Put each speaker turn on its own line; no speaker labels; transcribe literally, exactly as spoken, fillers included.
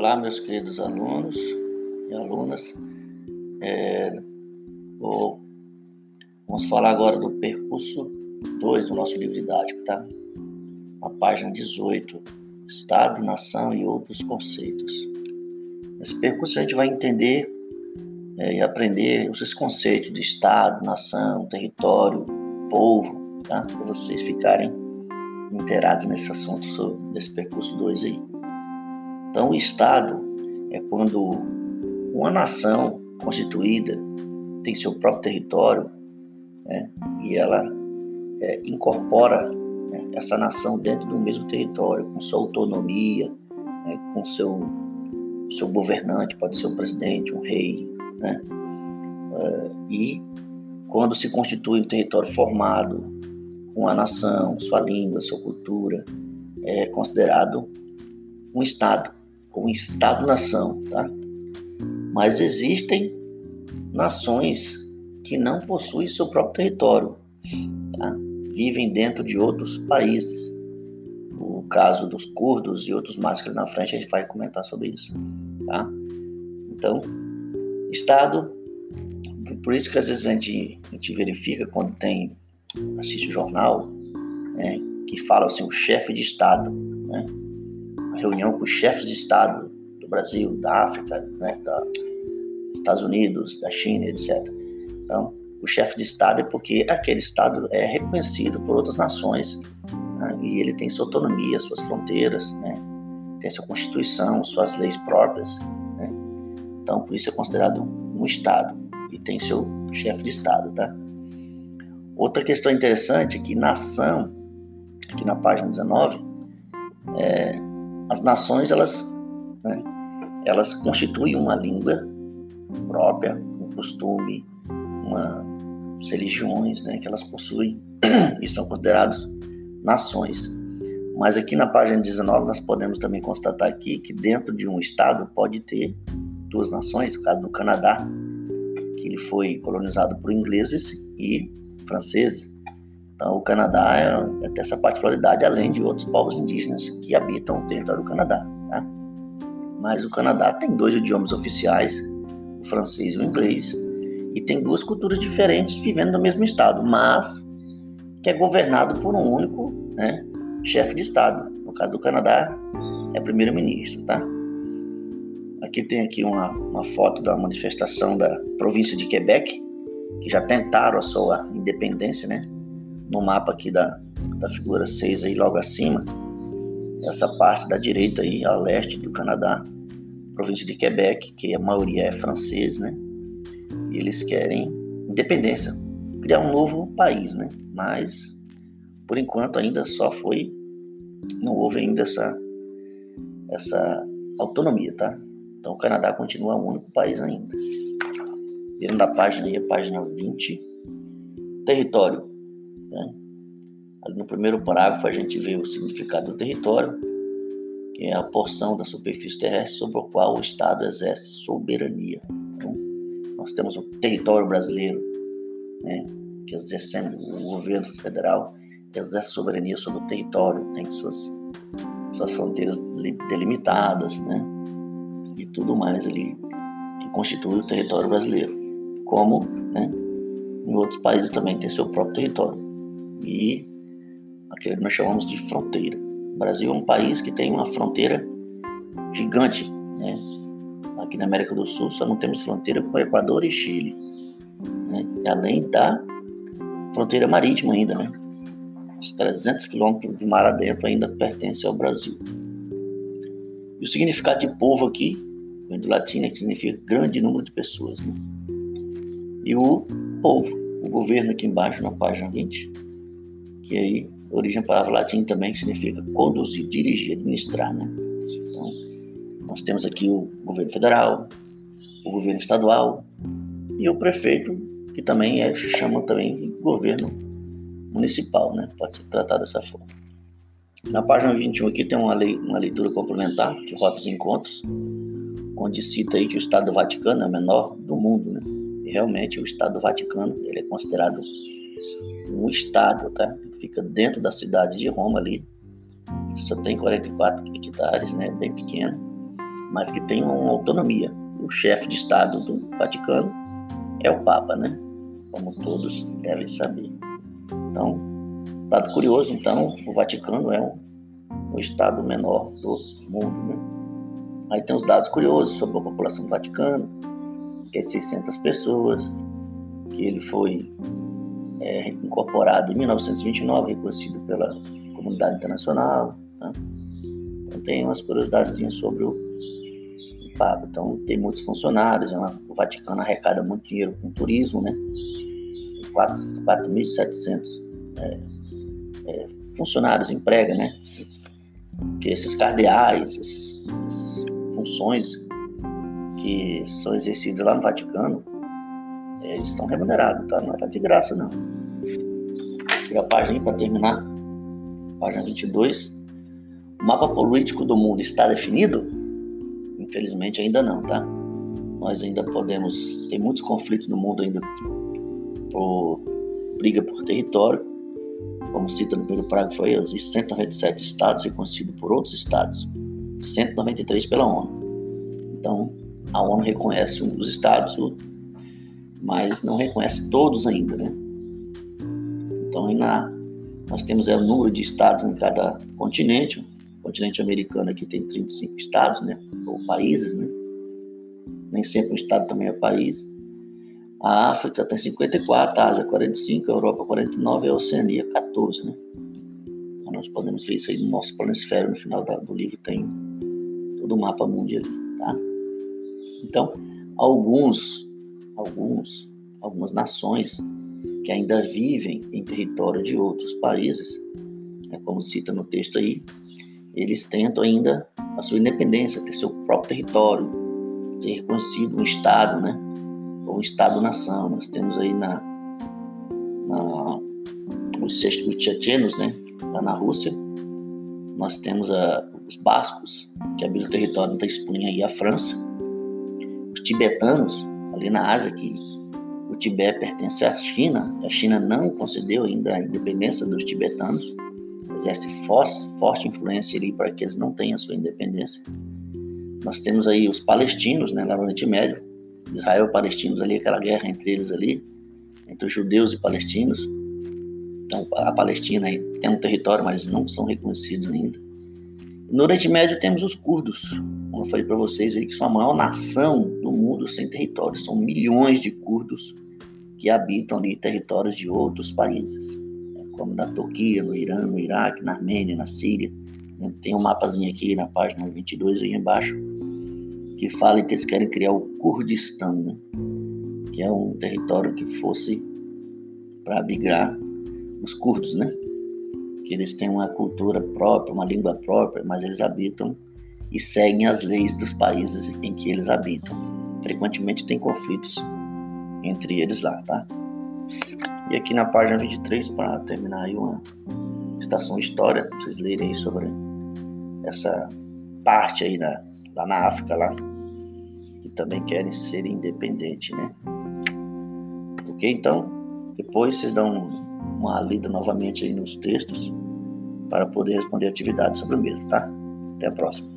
Olá, meus queridos alunos e alunas. É, vou, vamos falar agora do percurso dois do nosso livro didático, tá? Na página dezoito, Estado, Nação e outros conceitos. Nesse percurso a gente vai entender é, e aprender esses conceitos de Estado, Nação, território, povo, tá? Para vocês ficarem inteirados nesse assunto, sobre, nesse percurso dois aí. Então, o Estado é quando uma nação constituída tem seu próprio território, né, e ela é, incorpora, né, essa nação dentro do mesmo território, com sua autonomia, né, com seu, seu governante, pode ser um presidente, um rei, né, uh, e quando se constitui um território formado com a nação, sua língua, sua cultura, é considerado um Estado, ou um Estado-nação, tá? Mas existem nações que não possuem seu próprio território, tá? Vivem dentro de outros países. O caso dos curdos e outros mais que na frente a gente vai comentar sobre isso, tá? Então, Estado, por isso que às vezes a gente, a gente verifica quando tem, assiste o jornal, né, que fala assim, o chefe de Estado, né? A reunião com os chefes de Estado do Brasil, da África, né, da Estados Unidos, da China, etcétera. Então, o chefe de Estado é porque aquele Estado é reconhecido por outras nações, né, e ele tem sua autonomia, suas fronteiras, né, tem sua Constituição, suas leis próprias, né. Então, por isso é considerado um Estado e tem seu chefe de Estado, tá? Outra questão interessante é que nação, aqui na página dezenove, é, as nações, elas, né, elas constituem uma língua própria, um costume, umas religiões, né, que elas possuem e são considerados nações. Mas aqui na página dezenove nós podemos também constatar aqui que dentro de um estado pode ter duas nações, no caso do Canadá, que ele foi colonizado por ingleses e franceses. Então, o Canadá é, é, tem essa particularidade, além de outros povos indígenas que habitam o território do Canadá, tá? Mas o Canadá tem dois idiomas oficiais, o francês e o inglês, e tem duas culturas diferentes vivendo no mesmo estado, mas que é governado por um único, né, chefe de estado. No caso do Canadá, é primeiro-ministro, tá? Aqui tem aqui uma, uma foto da manifestação da província de Quebec, que já tentaram a sua independência, né? No mapa aqui da, da figura seis, aí logo acima, essa parte da direita aí, ao leste do Canadá, província de Quebec, que a maioria é francês, né? E eles querem independência, criar um novo país, né? Mas, por enquanto, ainda só foi, não houve ainda essa, essa autonomia, tá? Então, o Canadá continua o único país ainda. Virando da página aí, a página vinte, território, né? Ali no primeiro parágrafo a gente vê o significado do território, que é a porção da superfície terrestre sobre a qual o Estado exerce soberania. Então, nós temos o território brasileiro, né, que exercendo o governo federal exerce soberania sobre o território, tem suas, suas fronteiras delimitadas, né, e tudo mais ali que constitui o território brasileiro, como, né, em outros países também tem seu próprio território. E aquele que nós chamamos de fronteira. O Brasil é um país que tem uma fronteira gigante, né? Aqui na América do Sul só não temos fronteira com o Equador e Chile, né? E além da fronteira marítima ainda, né? Os trezentos quilômetros de mar adentro ainda pertencem ao Brasil. E o significado de povo aqui, vem do latim, né, que significa grande número de pessoas, né? E o povo, o governo aqui embaixo na página vinte, que aí origem da palavra latim também, que significa conduzir, dirigir, administrar, né? Então, nós temos aqui o governo federal, o governo estadual e o prefeito, que também é, chama também de governo municipal, né? Pode ser tratado dessa forma. Na página vinte e um aqui tem uma, lei, uma leitura complementar de Rotas e Encontros, onde cita aí que o Estado do Vaticano é o menor do mundo, né? E realmente o Estado do Vaticano, ele é considerado um estado, tá? Fica dentro da cidade de Roma ali, só tem quarenta e quatro hectares, né? Bem pequeno, mas que tem uma autonomia. O chefe de Estado do Vaticano é o Papa, né? Como todos devem saber. Então, dado curioso, então, o Vaticano é um, o Estado menor do mundo, né? Aí tem os dados curiosos sobre a população do Vaticano, que é seiscentas pessoas, que ele foi é, incorporado em mil novecentos e vinte e nove, reconhecido pela comunidade internacional. Tá? Então tem umas curiosidades sobre o, o Papa. Então tem muitos funcionários, né? O Vaticano arrecada muito dinheiro com turismo, né? quatro mil e setecentos é, é, funcionários emprega, né? Que esses cardeais, esses, essas funções que são exercidas lá no Vaticano, eles estão remunerados, tá? Não é de graça, não. Tira a página para terminar. Página vinte e dois. O mapa político do mundo está definido? Infelizmente ainda não, tá? Nós ainda podemos... Tem muitos conflitos no mundo ainda por briga por território. Como cita no primeiro parágrafo aí, existem cento e noventa e sete estados reconhecidos por outros estados. cento e noventa e três pela ONU. Então, a ONU reconhece um dos estados, mas não reconhece todos ainda, né? Então, ainda nós temos é, o número de estados em cada continente. O continente americano aqui tem trinta e cinco estados, né? Ou países, né? Nem sempre um estado também é país. A África tem cinquenta e quatro, a Ásia quarenta e cinco, a Europa quarenta e nove e a Oceania quatorze, né? Então, nós podemos ver isso aí no nosso planisfério, no final do livro tem todo o mapa mundial, tá? Então, alguns, alguns, algumas nações que ainda vivem em território de outros países, né, como cita no texto aí, eles tentam ainda a sua independência, ter seu próprio território, ter reconhecido um Estado, né, ou um Estado-nação. Nós temos aí na, na, os chechenos, né, lá na Rússia, nós temos a, os bascos, que habitam o território da Espanha e a França, os tibetanos, ali na Ásia, que o Tibete pertence à China, a China não concedeu ainda a independência dos tibetanos, exerce forte, forte influência ali para que eles não tenham a sua independência. Nós temos aí os palestinos, né, lá no Oriente Médio, Israel e palestinos ali, aquela guerra entre eles ali, entre os judeus e palestinos. Então, a Palestina aí tem um território, mas não são reconhecidos ainda. No Oriente Médio temos os curdos, como eu falei para vocês aí, que são a maior nação do mundo sem território. São milhões de curdos que habitam ali territórios de outros países, como na Turquia, no Irã, no Iraque, na Armênia, na Síria. Tem um mapazinho aqui na página vinte e dois aí embaixo, que fala que eles querem criar o Kurdistão, né? Que é um território que fosse para abrigar os curdos, né? Que eles têm uma cultura própria, uma língua própria, mas eles habitam e seguem as leis dos países em que eles habitam. Frequentemente tem conflitos entre eles lá, tá? E aqui na página vinte e três, para terminar aí uma citação história, pra vocês lerem aí sobre essa parte aí na, lá na África, lá, que também querem ser independentes, né? Ok? Então, depois vocês dão uma lida novamente aí nos textos para poder responder atividades sobre o mesmo, tá? Até a próxima.